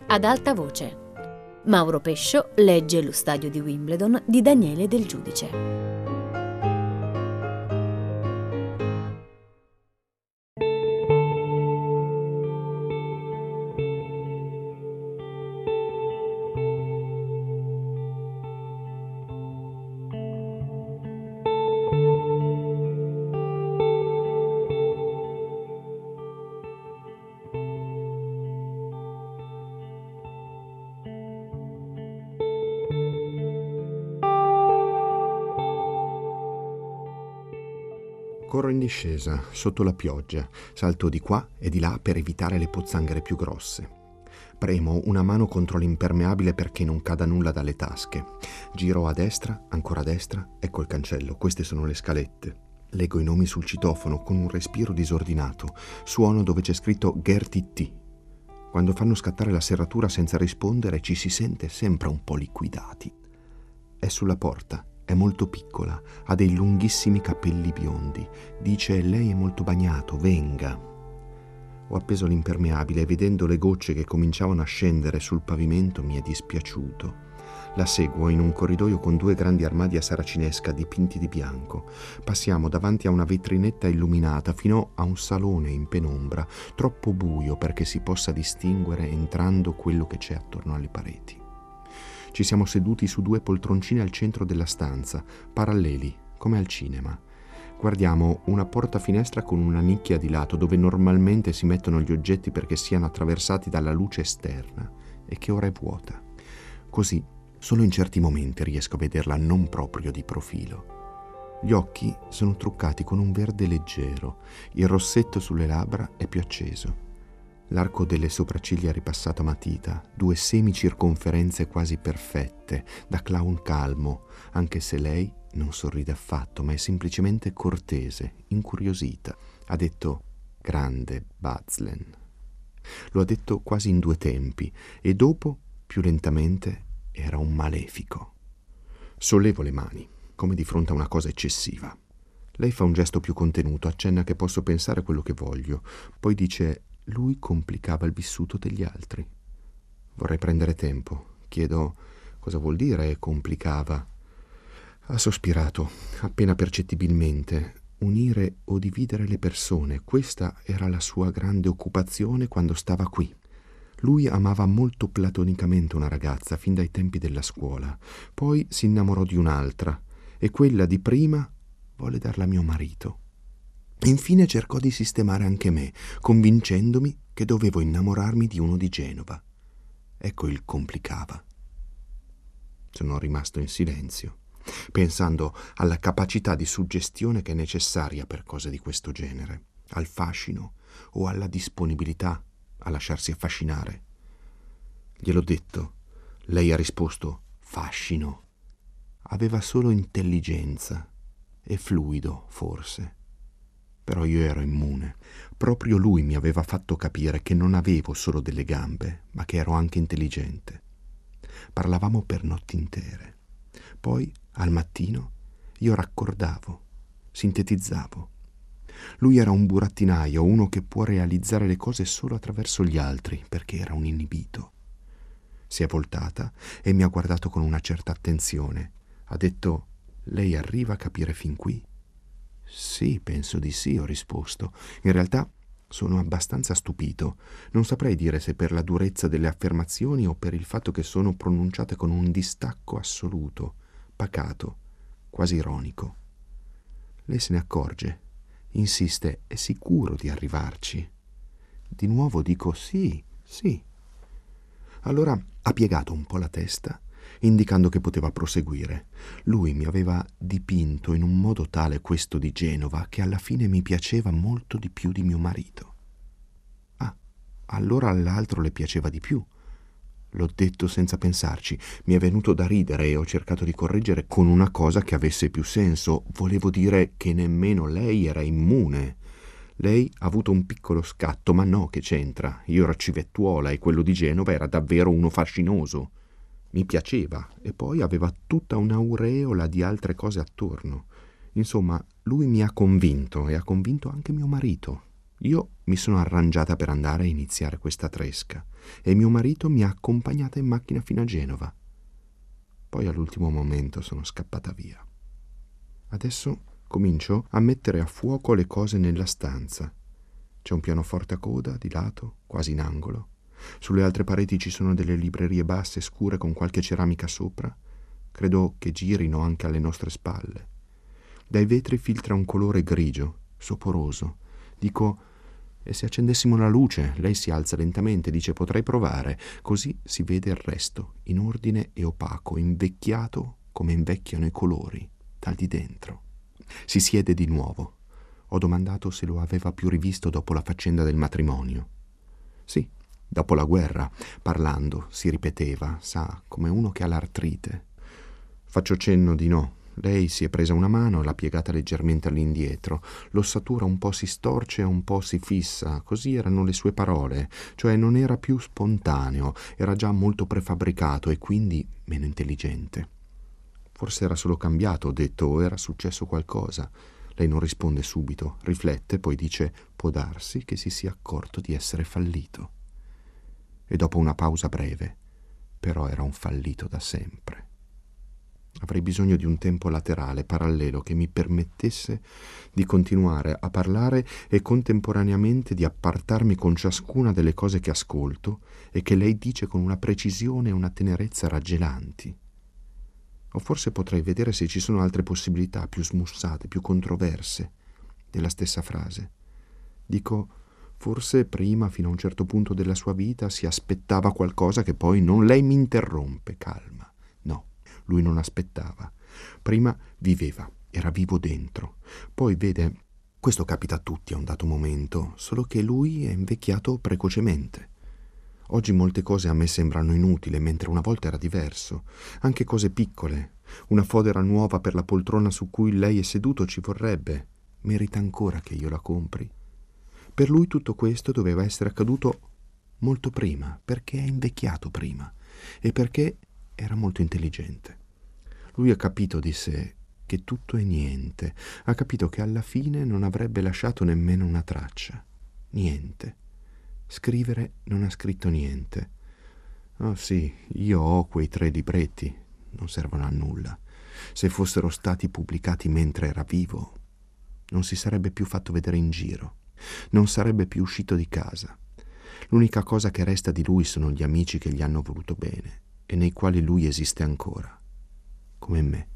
Ad alta voce. Mauro Pescio legge Lo stadio di Wimbledon di Daniele Del Giudice. Corro in discesa, sotto la pioggia, salto di qua e di là per evitare le pozzanghere più grosse. Premo una mano contro l'impermeabile perché non cada nulla dalle tasche. Giro a destra, ancora a destra, ecco il cancello, queste sono le scalette. Leggo i nomi sul citofono con un respiro disordinato. Suono dove c'è scritto Gerti T. Quando fanno scattare la serratura senza rispondere ci si sente sempre un po' liquidati. È sulla porta. È molto piccola, ha dei lunghissimi capelli biondi. Dice: lei è molto bagnato, venga. Ho appeso l'impermeabile e vedendo le gocce che cominciavano a scendere sul pavimento mi è dispiaciuto. La seguo in un corridoio con 2 grandi armadi a saracinesca dipinti di bianco. Passiamo davanti a una vetrinetta illuminata fino a un salone in penombra, troppo buio perché si possa distinguere entrando quello che c'è attorno alle pareti. Ci siamo seduti su 2 poltroncine al centro della stanza, paralleli, come al cinema. Guardiamo una porta-finestra con una nicchia di lato dove normalmente si mettono gli oggetti perché siano attraversati dalla luce esterna e che ora è vuota. Così, solo in certi momenti riesco a vederla non proprio di profilo. Gli occhi sono truccati con un verde leggero, il rossetto sulle labbra è più acceso. L'arco delle sopracciglia ripassato a matita, 2 semicirconferenze quasi perfette, da clown calmo, anche se lei non sorride affatto, ma è semplicemente cortese, incuriosita. Ha detto grande Bazlen. Lo ha detto quasi in 2 tempi e dopo, più lentamente, era un malefico. Sollevo le mani, come di fronte a una cosa eccessiva. Lei fa un gesto più contenuto, accenna che posso pensare quello che voglio, poi dice: lui complicava il vissuto degli altri. Vorrei prendere tempo. Chiedo: cosa vuol dire complicava? Ha sospirato, appena percettibilmente. Unire o dividere le persone, questa era la sua grande occupazione quando stava qui. Lui amava molto platonicamente una ragazza fin dai tempi della scuola, poi si innamorò di un'altra e quella di prima volle darla a mio marito. Infine cercò di sistemare anche me, convincendomi che dovevo innamorarmi di uno di Genova. Ecco il complicava. Sono rimasto in silenzio, pensando alla capacità di suggestione che è necessaria per cose di questo genere, al fascino o alla disponibilità a lasciarsi affascinare. Gliel'ho detto. Lei ha risposto: fascino. Aveva solo intelligenza e fluido, forse. Però io ero immune. Proprio lui mi aveva fatto capire che non avevo solo delle gambe, ma che ero anche intelligente. Parlavamo per notti intere. Poi, al mattino, io raccordavo, sintetizzavo. Lui era un burattinaio, uno che può realizzare le cose solo attraverso gli altri, perché era un inibito. Si è voltata e mi ha guardato con una certa attenzione. Ha detto: lei arriva a capire fin qui? Sì, penso di sì, ho risposto. In realtà sono abbastanza stupito. Non saprei dire se per la durezza delle affermazioni o per il fatto che sono pronunciate con un distacco assoluto, pacato, quasi ironico. Lei se ne accorge, insiste: è sicuro di arrivarci? Di nuovo dico sì, sì. Allora ha piegato un po' la testa, indicando che poteva proseguire. Lui mi aveva dipinto in un modo tale questo di Genova che alla fine mi piaceva molto di più di mio marito. Ah, allora all'altro le piaceva di più. L'ho detto senza pensarci. Mi è venuto da ridere e ho cercato di correggere con una cosa che avesse più senso. Volevo dire che nemmeno lei era immune. Lei ha avuto un piccolo scatto, ma no, che c'entra? Io ero civettuola e quello di Genova era davvero uno fascinoso. Mi piaceva e poi aveva tutta un'aureola di altre cose attorno. Insomma, lui mi ha convinto e ha convinto anche mio marito. Io mi sono arrangiata per andare a iniziare questa tresca e mio marito mi ha accompagnata in macchina fino a Genova. Poi all'ultimo momento sono scappata via. Adesso comincio a mettere a fuoco le cose nella stanza. C'è un pianoforte a coda, di lato, quasi in angolo. Sulle altre pareti ci sono delle librerie basse, scure, con qualche ceramica sopra. Credo che girino anche alle nostre spalle. Dai vetri filtra un colore grigio, soporoso. Dico, e se accendessimo la luce? Lei si alza lentamente, dice, potrei provare. Così si vede il resto, in ordine e opaco, invecchiato come invecchiano i colori, dal di dentro. Si siede di nuovo. Ho domandato se lo aveva più rivisto dopo la faccenda del matrimonio. Sì, dopo la guerra, parlando, si ripeteva, sa, come uno che ha l'artrite. Faccio cenno di no. Lei si è presa una mano e l'ha piegata leggermente all'indietro. L'ossatura un po' si storce e un po' si fissa. Così erano le sue parole. Cioè non era più spontaneo, era già molto prefabbricato e quindi meno intelligente. Forse era solo cambiato, ho detto, o era successo qualcosa. Lei non risponde subito, riflette, poi dice, può darsi che si sia accorto di essere fallito. E dopo una pausa breve, però era un fallito da sempre. Avrei bisogno di un tempo laterale, parallelo, che mi permettesse di continuare a parlare e contemporaneamente di appartarmi con ciascuna delle cose che ascolto e che lei dice con una precisione e una tenerezza raggelanti. O forse potrei vedere se ci sono altre possibilità più smussate, più controverse della stessa frase. Dico, forse prima, fino a un certo punto della sua vita, si aspettava qualcosa che poi non. Lei mi interrompe, calma. No, lui non aspettava. Prima viveva, era vivo dentro. Poi, vede, questo capita a tutti a un dato momento, solo che lui è invecchiato precocemente. Oggi molte cose a me sembrano inutili, mentre una volta era diverso. Anche cose piccole. Una fodera nuova per la poltrona su cui lei è seduto ci vorrebbe. Merita ancora che io la compri. Per lui tutto questo doveva essere accaduto molto prima, perché è invecchiato prima e perché era molto intelligente. Lui ha capito di sé che tutto è niente. Ha capito che alla fine non avrebbe lasciato nemmeno una traccia. Niente. Scrivere non ha scritto niente. Oh sì, io ho quei 3 libretti, non servono a nulla. Se fossero stati pubblicati mentre era vivo, non si sarebbe più fatto vedere in giro, non sarebbe più uscito di casa. L'unica cosa che resta di lui sono gli amici che gli hanno voluto bene e nei quali lui esiste ancora, come me.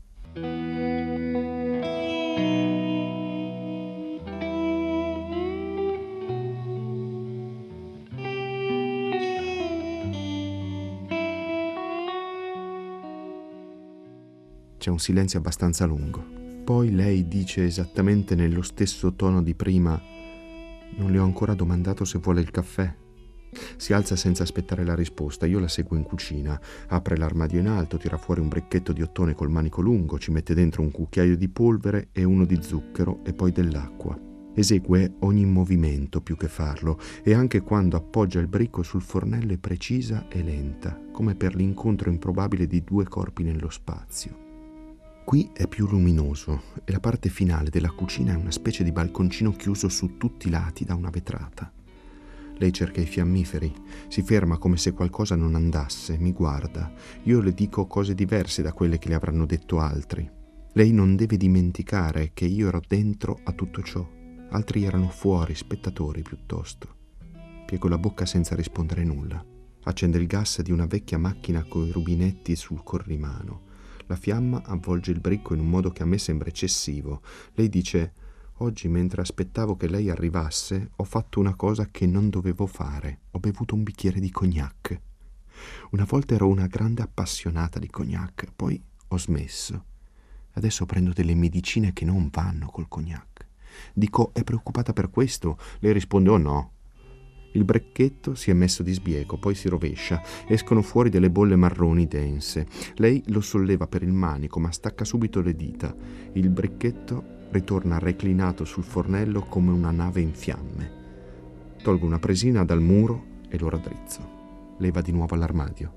C'è un silenzio abbastanza lungo. Poi lei dice esattamente nello stesso tono di prima: non le ho ancora domandato se vuole il caffè. Si alza senza aspettare la risposta. Io la seguo in cucina. Apre l'armadio in alto, tira fuori un bricchetto di ottone col manico lungo, ci mette dentro un cucchiaio di polvere e uno di zucchero e poi dell'acqua. Esegue ogni movimento più che farlo e anche quando appoggia il bricco sul fornello è precisa e lenta, come per l'incontro improbabile di 2 corpi nello spazio. Qui è più luminoso e la parte finale della cucina è una specie di balconcino chiuso su tutti i lati da una vetrata. Lei cerca i fiammiferi, si ferma come se qualcosa non andasse, mi guarda. Io le dico cose diverse da quelle che le avranno detto altri. Lei non deve dimenticare che io ero dentro a tutto ciò. Altri erano fuori, spettatori piuttosto. Piego la bocca senza rispondere nulla. Accende il gas di una vecchia macchina coi rubinetti sul corrimano. La fiamma avvolge il bricco in un modo che a me sembra eccessivo. Lei dice: oggi, mentre aspettavo che lei arrivasse, ho fatto una cosa che non dovevo fare. Ho bevuto un bicchiere di cognac. Una volta ero una grande appassionata di cognac, poi ho smesso. Adesso prendo delle medicine che non vanno col cognac. Dico: è preoccupata per questo? Lei risponde: oh no. Il bricchetto si è messo di sbieco, poi si rovescia. Escono fuori delle bolle marroni dense. Lei lo solleva per il manico, ma stacca subito le dita. Il bricchetto ritorna reclinato sul fornello come una nave in fiamme. Tolgo una presina dal muro e lo raddrizzo. Lei va di nuovo all'armadio.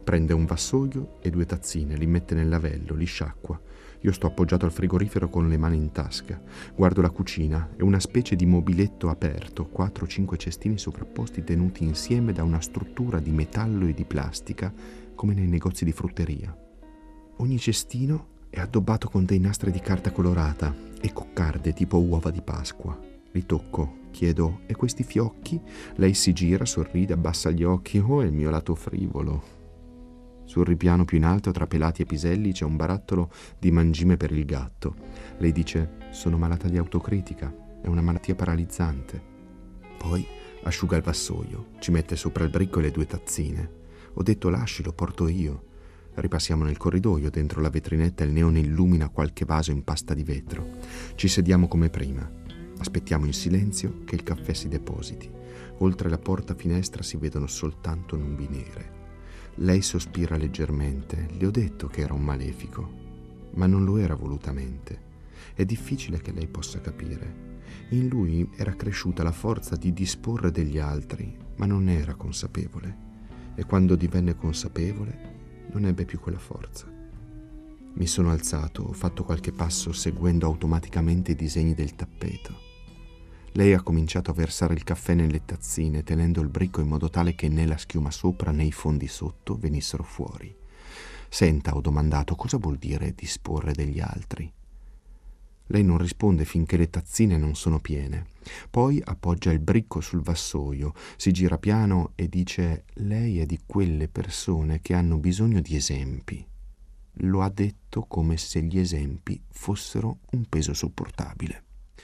Prende un vassoio e 2 tazzine, li mette nel lavello, li sciacqua. Io sto appoggiato al frigorifero con le mani in tasca. Guardo la cucina, è una specie di mobiletto aperto, 4 o 5 cestini sovrapposti tenuti insieme da una struttura di metallo e di plastica, come nei negozi di frutteria. Ogni cestino è addobbato con dei nastri di carta colorata e coccarde tipo uova di Pasqua. Li tocco, chiedo: e questi fiocchi? Lei si gira, sorride, abbassa gli occhi. Oh, è il mio lato frivolo. Sul ripiano più in alto, tra pelati e piselli, c'è un barattolo di mangime per il gatto. Lei dice: sono malata di autocritica, è una malattia paralizzante. Poi asciuga il vassoio, ci mette sopra il bricco e le 2 tazzine. Ho detto: lasci, lo porto io. Ripassiamo nel corridoio, dentro la vetrinetta il neone illumina qualche vaso in pasta di vetro. Ci sediamo come prima. Aspettiamo in silenzio che il caffè si depositi. Oltre la porta-finestra si vedono soltanto nubi nere. Lei sospira leggermente. Le ho detto che era un malefico, ma non lo era volutamente. È difficile che lei possa capire. In lui era cresciuta la forza di disporre degli altri, ma non ne era consapevole. E quando divenne consapevole, non ebbe più quella forza. Mi sono alzato, ho fatto qualche passo seguendo automaticamente i disegni del tappeto. Lei ha cominciato a versare il caffè nelle tazzine, tenendo il bricco in modo tale che né la schiuma sopra né i fondi sotto venissero fuori. Senta, ho domandato, cosa vuol dire disporre degli altri? Lei non risponde finché le tazzine non sono piene. Poi appoggia il bricco sul vassoio, si gira piano e dice: lei è di quelle persone che hanno bisogno di esempi. Lo ha detto come se gli esempi fossero un peso sopportabile.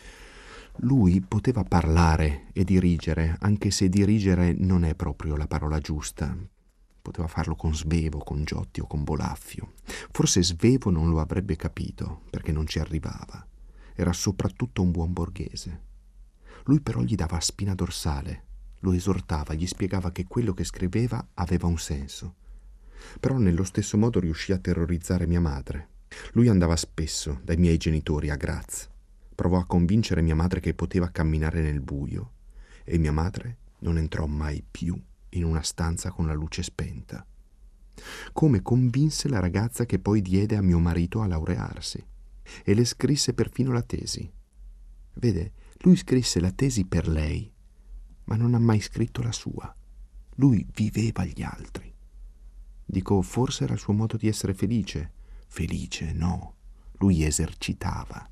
Lui poteva parlare e dirigere, anche se dirigere non è proprio la parola giusta. Poteva farlo con svevo, con giotti o con bolaffio. Forse svevo non lo avrebbe capito, perché non ci arrivava. Era soprattutto un buon borghese. Lui però gli dava spina dorsale, lo esortava, gli spiegava che quello che scriveva aveva un senso. Però nello stesso modo riuscì a terrorizzare mia madre. Lui andava spesso dai miei genitori a Graz. Provò a convincere mia madre che poteva camminare nel buio e mia madre non entrò mai più in una stanza con la luce spenta. Come convinse la ragazza che poi diede a mio marito a laurearsi e le scrisse perfino la tesi. Vede, lui scrisse la tesi per lei, ma non ha mai scritto la sua. Lui viveva gli altri. Dico, forse era il suo modo di essere felice. Felice, no. Lui esercitava.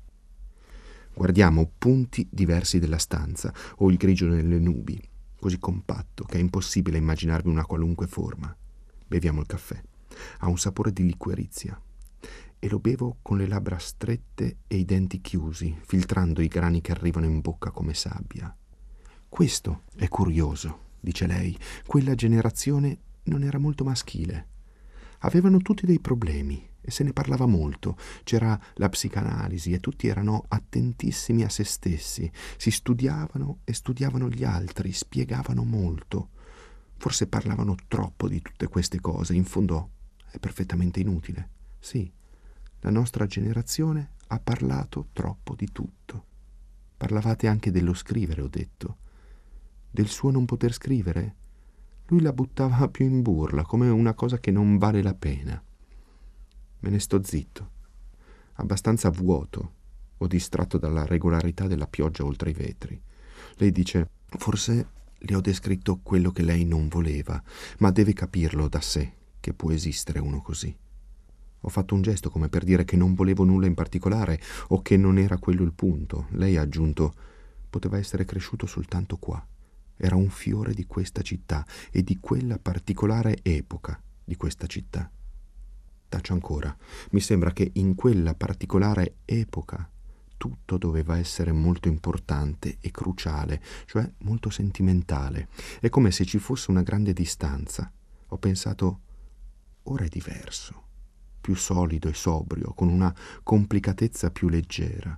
Guardiamo punti diversi della stanza o il grigio nelle nubi, così compatto che è impossibile immaginarvi una qualunque forma. Beviamo il caffè. Ha un sapore di liquirizia e lo bevo con le labbra strette e i denti chiusi, filtrando i grani che arrivano in bocca come sabbia. Questo è curioso, dice lei. Quella generazione non era molto maschile. Avevano tutti dei problemi e se ne parlava molto. C'era la psicanalisi e tutti erano attentissimi a se stessi. Si studiavano e studiavano gli altri, spiegavano molto. Forse parlavano troppo di tutte queste cose. In fondo è perfettamente inutile. Sì, la nostra generazione ha parlato troppo di tutto. Parlavate anche dello scrivere, ho detto. Del suo non poter scrivere? Lui la buttava più in burla, come una cosa che non vale la pena. Me ne sto zitto, abbastanza vuoto o distratto dalla regolarità della pioggia oltre i vetri. Lei dice, forse le ho descritto quello che lei non voleva, ma deve capirlo da sé che può esistere uno così. Ho fatto un gesto come per dire che non volevo nulla in particolare o che non era quello il punto. Lei ha aggiunto, poteva essere cresciuto soltanto qua. Era un fiore di questa città e di quella particolare epoca di questa città. Taccio ancora. Mi sembra che in quella particolare epoca tutto doveva essere molto importante e cruciale, cioè molto sentimentale. È come se ci fosse una grande distanza. Ho pensato, ora è diverso, più solido e sobrio, con una complicatezza più leggera.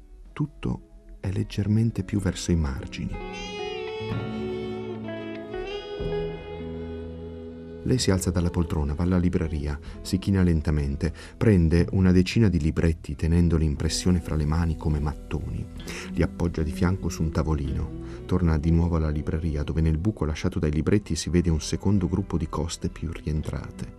Tutto è leggermente più verso i margini. Lei si alza dalla poltrona, va alla libreria, si china lentamente, prende una decina di libretti tenendoli in pressione fra le mani come mattoni, li appoggia di fianco su un tavolino, torna di nuovo alla libreria dove nel buco lasciato dai libretti si vede un secondo gruppo di coste più rientrate.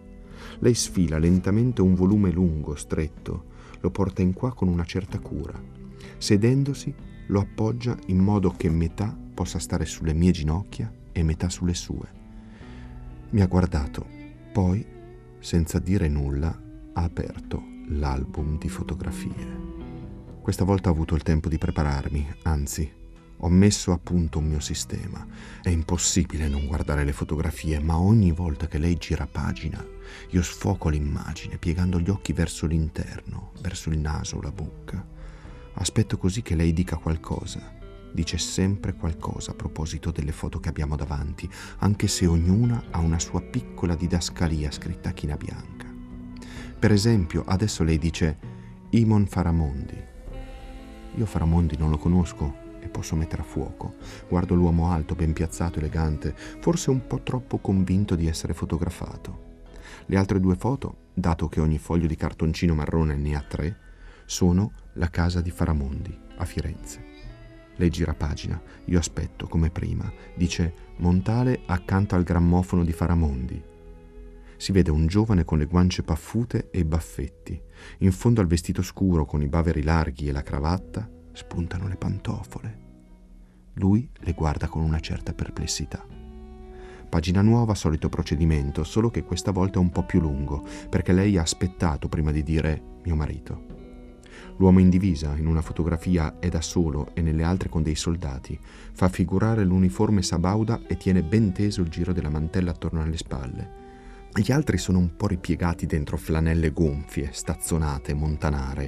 Lei sfila lentamente un volume lungo, stretto, lo porta in qua con una certa cura. Sedendosi, lo appoggia in modo che metà possa stare sulle mie ginocchia e metà sulle sue. Mi ha guardato, poi, senza dire nulla, ha aperto l'album di fotografie. Questa volta ho avuto il tempo di prepararmi, anzi, ho messo a punto un mio sistema. È impossibile non guardare le fotografie, ma ogni volta che lei gira pagina, io sfoco l'immagine, piegando gli occhi verso l'interno, verso il naso o la bocca. Aspetto così che lei dica qualcosa. Dice sempre qualcosa a proposito delle foto che abbiamo davanti, anche se ognuna ha una sua piccola didascalia scritta a china bianca. Per esempio, adesso lei dice Imon Faramondi. Io Faramondi non lo conosco e posso mettere a fuoco. Guardo l'uomo alto, ben piazzato, elegante, forse un po' troppo convinto di essere fotografato. Le altre 2 foto, dato che ogni foglio di cartoncino marrone ne ha 3, sono la casa di Faramondi, a Firenze. Lei gira pagina, io aspetto, come prima. Dice Montale accanto al grammofono di Faramondi. Si vede un giovane con le guance paffute e i baffetti. In fondo al vestito scuro con i baveri larghi e la cravatta spuntano le pantofole. Lui le guarda con una certa perplessità. Pagina nuova, solito procedimento, solo che questa volta è un po' più lungo, perché lei ha aspettato prima di dire mio marito. L'uomo in divisa in una fotografia è da solo e nelle altre con dei soldati. Fa figurare l'uniforme sabauda e tiene ben teso il giro della mantella attorno alle spalle. Gli altri sono un po' ripiegati dentro flanelle gonfie, stazzonate, montanare.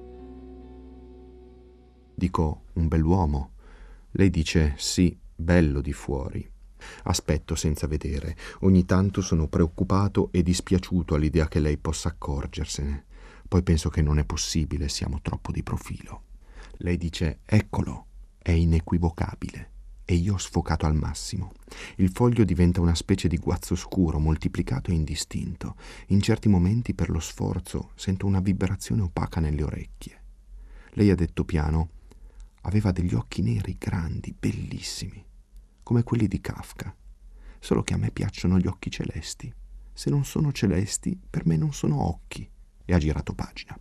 Dico, un bell'uomo. Lei dice, sì, bello di fuori. Aspetto senza vedere. Ogni tanto sono preoccupato e dispiaciuto all'idea che lei possa accorgersene. Poi penso che non è possibile, siamo troppo di profilo. Lei dice, eccolo, è inequivocabile. E io ho sfocato al massimo. Il foglio diventa una specie di guazzo scuro, moltiplicato e indistinto. In certi momenti, per lo sforzo, sento una vibrazione opaca nelle orecchie. Lei ha detto piano, aveva degli occhi neri grandi, bellissimi, come quelli di Kafka. Solo che a me piacciono gli occhi celesti. Se non sono celesti, per me non sono occhi. E ha girato pagina.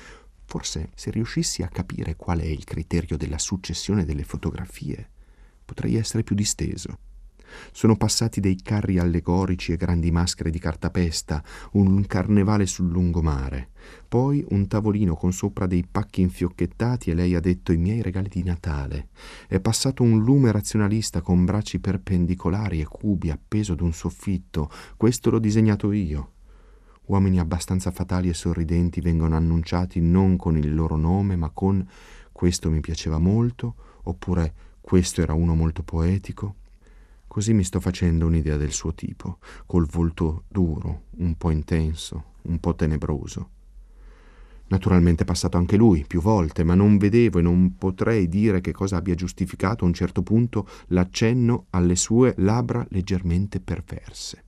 Forse, se riuscissi a capire qual è il criterio della successione delle fotografie, potrei essere più disteso. Sono passati dei carri allegorici e grandi maschere di cartapesta, un carnevale sul lungomare, poi un tavolino con sopra dei pacchi infiocchettati e lei ha detto i miei regali di Natale. È passato un lume razionalista con bracci perpendicolari e cubi appeso ad un soffitto, questo l'ho disegnato io. Uomini abbastanza fatali e sorridenti vengono annunciati non con il loro nome, ma con «questo mi piaceva molto» oppure «questo era uno molto poetico». Così mi sto facendo un'idea del suo tipo, col volto duro, un po' intenso, un po' tenebroso. Naturalmente è passato anche lui, più volte, ma non vedevo e non potrei dire che cosa abbia giustificato a un certo punto l'accenno alle sue labbra leggermente perverse.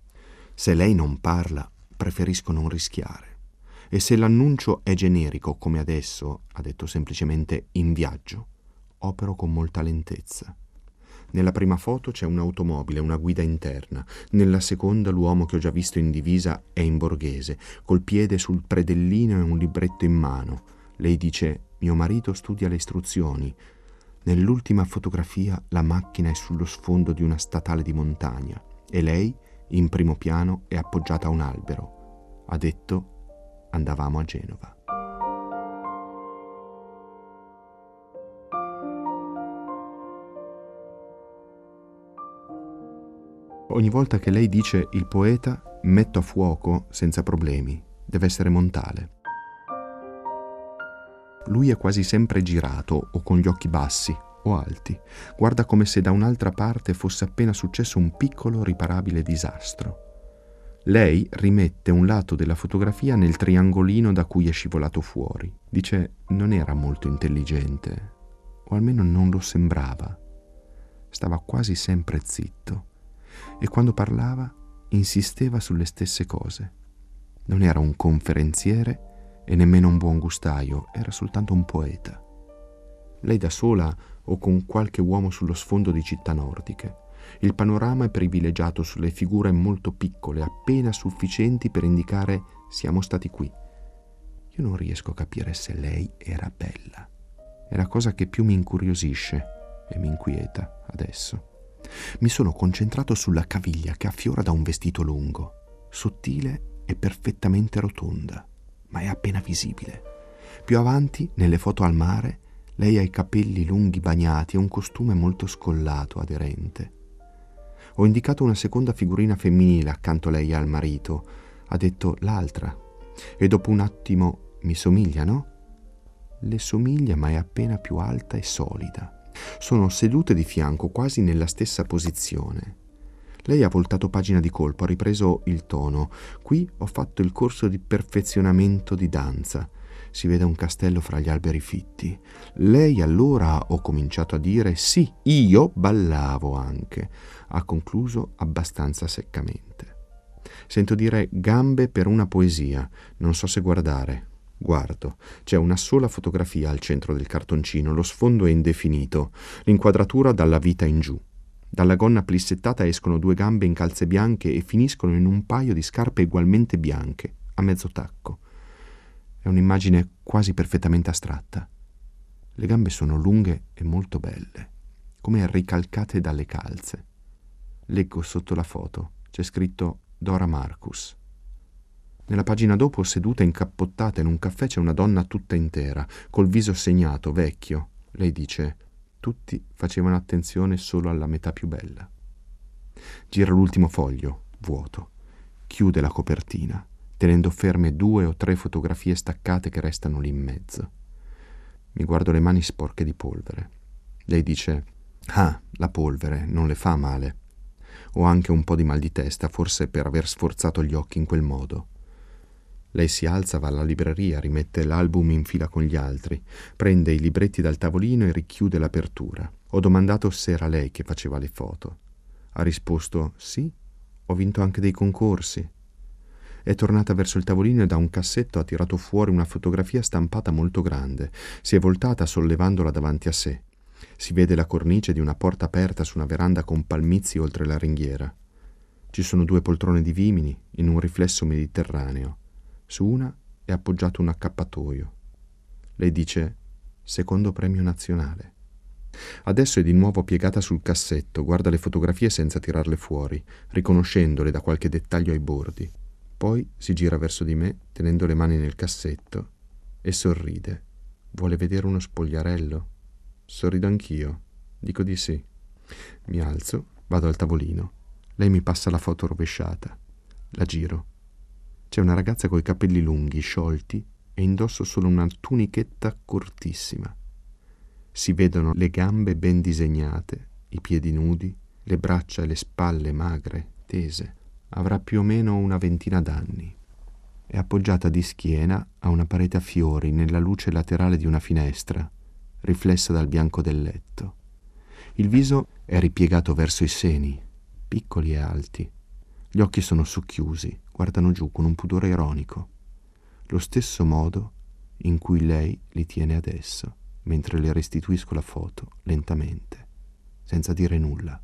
Se lei non parla, preferisco non rischiare. E se l'annuncio è generico, come adesso, ha detto semplicemente in viaggio, opero con molta lentezza. Nella prima foto c'è un'automobile, una guida interna. Nella seconda l'uomo che ho già visto in divisa è in borghese, col piede sul predellino e un libretto in mano. Lei dice, mio marito studia le istruzioni. Nell'ultima fotografia la macchina è sullo sfondo di una statale di montagna e lei, in primo piano, è appoggiata a un albero. Ha detto, andavamo a Genova. Ogni volta che lei dice il poeta, metto a fuoco senza problemi. Deve essere Montale. Lui è quasi sempre girato o con gli occhi bassi o alti. Guarda come se da un'altra parte fosse appena successo un piccolo riparabile disastro. Lei rimette un lato della fotografia nel triangolino da cui è scivolato fuori. Dice, non era molto intelligente, o almeno non lo sembrava. Stava quasi sempre zitto. E quando parlava insisteva sulle stesse cose. Non era un conferenziere e nemmeno un buon gustaio, era soltanto un poeta. Lei da sola o con qualche uomo sullo sfondo di città nordiche. Il panorama è privilegiato sulle figure molto piccole, appena sufficienti per indicare siamo stati qui. Io non riesco a capire se lei era bella. È la cosa che più mi incuriosisce e mi inquieta adesso. Mi sono concentrato sulla caviglia che affiora da un vestito lungo, sottile e perfettamente rotonda, ma è appena visibile. Più avanti, nelle foto al mare, lei ha i capelli lunghi bagnati e un costume molto scollato, aderente. Ho indicato una seconda figurina femminile accanto a lei e al marito. Ha detto l'altra. E dopo un attimo, mi somiglia, no? Le somiglia, ma è appena più alta e solida. Sono sedute di fianco, quasi nella stessa posizione. Lei ha voltato pagina di colpo, ha ripreso il tono. Qui ho fatto il corso di perfezionamento di danza. Si vede un castello fra gli alberi fitti. Lei allora ho cominciato a dire sì, io ballavo anche. Ha concluso abbastanza seccamente. Sento dire gambe per una poesia. Non so se guardare. Guardo. C'è una sola fotografia al centro del cartoncino. Lo sfondo è indefinito. L'inquadratura dalla vita in giù. Dalla gonna plissettata escono 2 gambe in calze bianche e finiscono in un paio di scarpe ugualmente bianche, a mezzo tacco. È un'immagine quasi perfettamente astratta. Le gambe sono lunghe e molto belle, come ricalcate dalle calze. Leggo sotto la foto, c'è scritto Dora Marcus. Nella pagina dopo, seduta incappottata in un caffè, c'è una donna tutta intera, col viso segnato, vecchio. Lei dice: tutti facevano attenzione solo alla metà più bella. Gira l'ultimo foglio, vuoto. Chiude la copertina, tenendo ferme 2 o 3 fotografie staccate che restano lì in mezzo. Mi guardo le mani sporche di polvere. Lei dice: ah, la polvere non le fa male. Ho anche un po' di mal di testa, forse per aver sforzato gli occhi in quel modo. Lei si alza, va alla libreria, rimette l'album in fila con gli altri, prende i libretti dal tavolino e richiude l'apertura. Ho domandato se era lei che faceva le foto. Ha risposto: sì, ho vinto anche dei concorsi. È tornata verso il tavolino e da un cassetto ha tirato fuori una fotografia stampata molto grande. Si è voltata sollevandola davanti a sé. Si vede la cornice di una porta aperta su una veranda con palmizi oltre la ringhiera. Ci sono 2 poltrone di vimini in un riflesso mediterraneo. Su una è appoggiato un accappatoio. Lei dice: secondo premio nazionale. Adesso è di nuovo piegata sul cassetto, guarda le fotografie senza tirarle fuori, riconoscendole da qualche dettaglio ai bordi. Poi si gira verso di me, tenendo le mani nel cassetto, e sorride. Vuole vedere uno spogliarello? Sorrido anch'io. Dico di sì. Mi alzo, vado al tavolino. Lei mi passa la foto rovesciata. La giro. C'è una ragazza coi capelli lunghi, sciolti, e indosso solo una tunichetta cortissima. Si vedono le gambe ben disegnate, i piedi nudi, le braccia e le spalle magre, tese. Avrà più o meno una 20 d'anni. È appoggiata di schiena a una parete a fiori nella luce laterale di una finestra, riflessa dal bianco del letto. Il viso è ripiegato verso i seni, piccoli e alti. Gli occhi sono socchiusi, guardano giù con un pudore ironico. Lo stesso modo in cui lei li tiene adesso, mentre le restituisco la foto lentamente, senza dire nulla.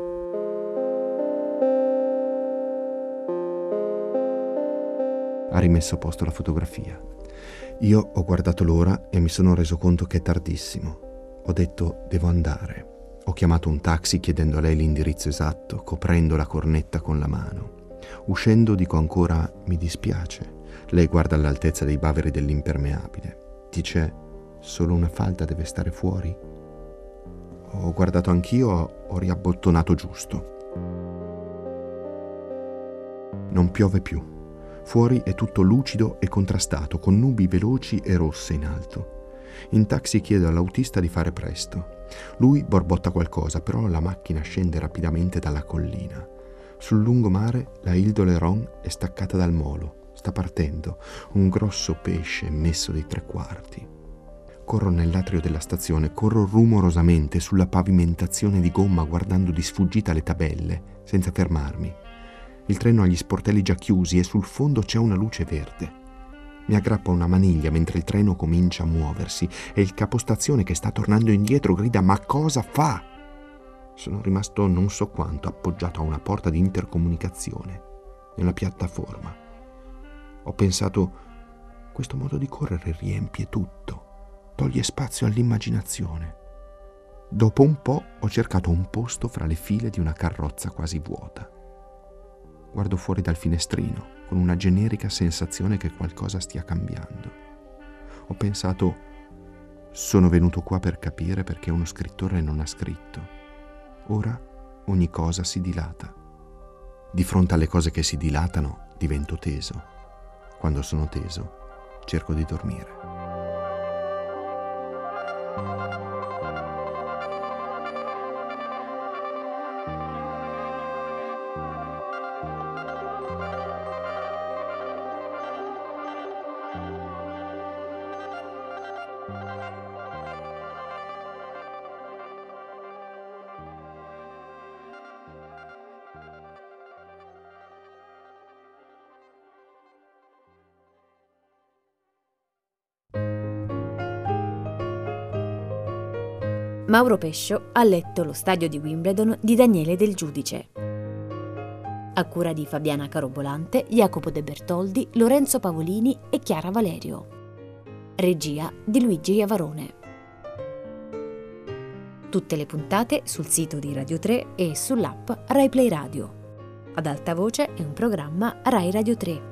Ha rimesso a posto la fotografia. Io ho guardato l'ora e mi sono reso conto che è tardissimo. Ho detto: devo andare. Ho chiamato un taxi chiedendo a lei l'indirizzo esatto, coprendo la cornetta con la mano. Uscendo dico ancora: mi dispiace. Lei guarda all'altezza dei baveri dell'impermeabile. Dice: solo una falda deve stare fuori? Ho guardato anch'io, ho riabbottonato giusto. Non piove più. Fuori è tutto lucido e contrastato, con nubi veloci e rosse in alto. In taxi chiedo all'autista di fare presto. Lui borbotta qualcosa, però la macchina scende rapidamente dalla collina. Sul lungomare la Ile d'Oléron è staccata dal molo. Sta partendo un grosso pesce messo dei 3/4. Corro nell'atrio della stazione, corro rumorosamente sulla pavimentazione di gomma guardando di sfuggita le tabelle, senza fermarmi. Il treno ha gli sportelli già chiusi e sul fondo c'è una luce verde. Mi aggrappo a una maniglia mentre il treno comincia a muoversi e il capostazione che sta tornando indietro grida: ma cosa fa? Sono rimasto non so quanto appoggiato a una porta di intercomunicazione, nella piattaforma. Ho pensato, questo modo di correre riempie tutto, toglie spazio all'immaginazione. Dopo un po' ho cercato un posto fra le file di una carrozza quasi vuota. Guardo fuori dal finestrino, con una generica sensazione che qualcosa stia cambiando. Ho pensato, sono venuto qua per capire perché uno scrittore non ha scritto. Ora ogni cosa si dilata. Di fronte alle cose che si dilatano, divento teso. Quando sono teso, cerco di dormire. Mauro Pescio ha letto Lo stadio di Wimbledon di Daniele Del Giudice. A cura di Fabiana Carobolante, Jacopo De Bertoldi, Lorenzo Pavolini e Chiara Valerio. Regia di Luigi Iavarone. Tutte le puntate sul sito di Radio 3 e sull'app Rai Play Radio. Ad alta voce è un programma Rai Radio 3.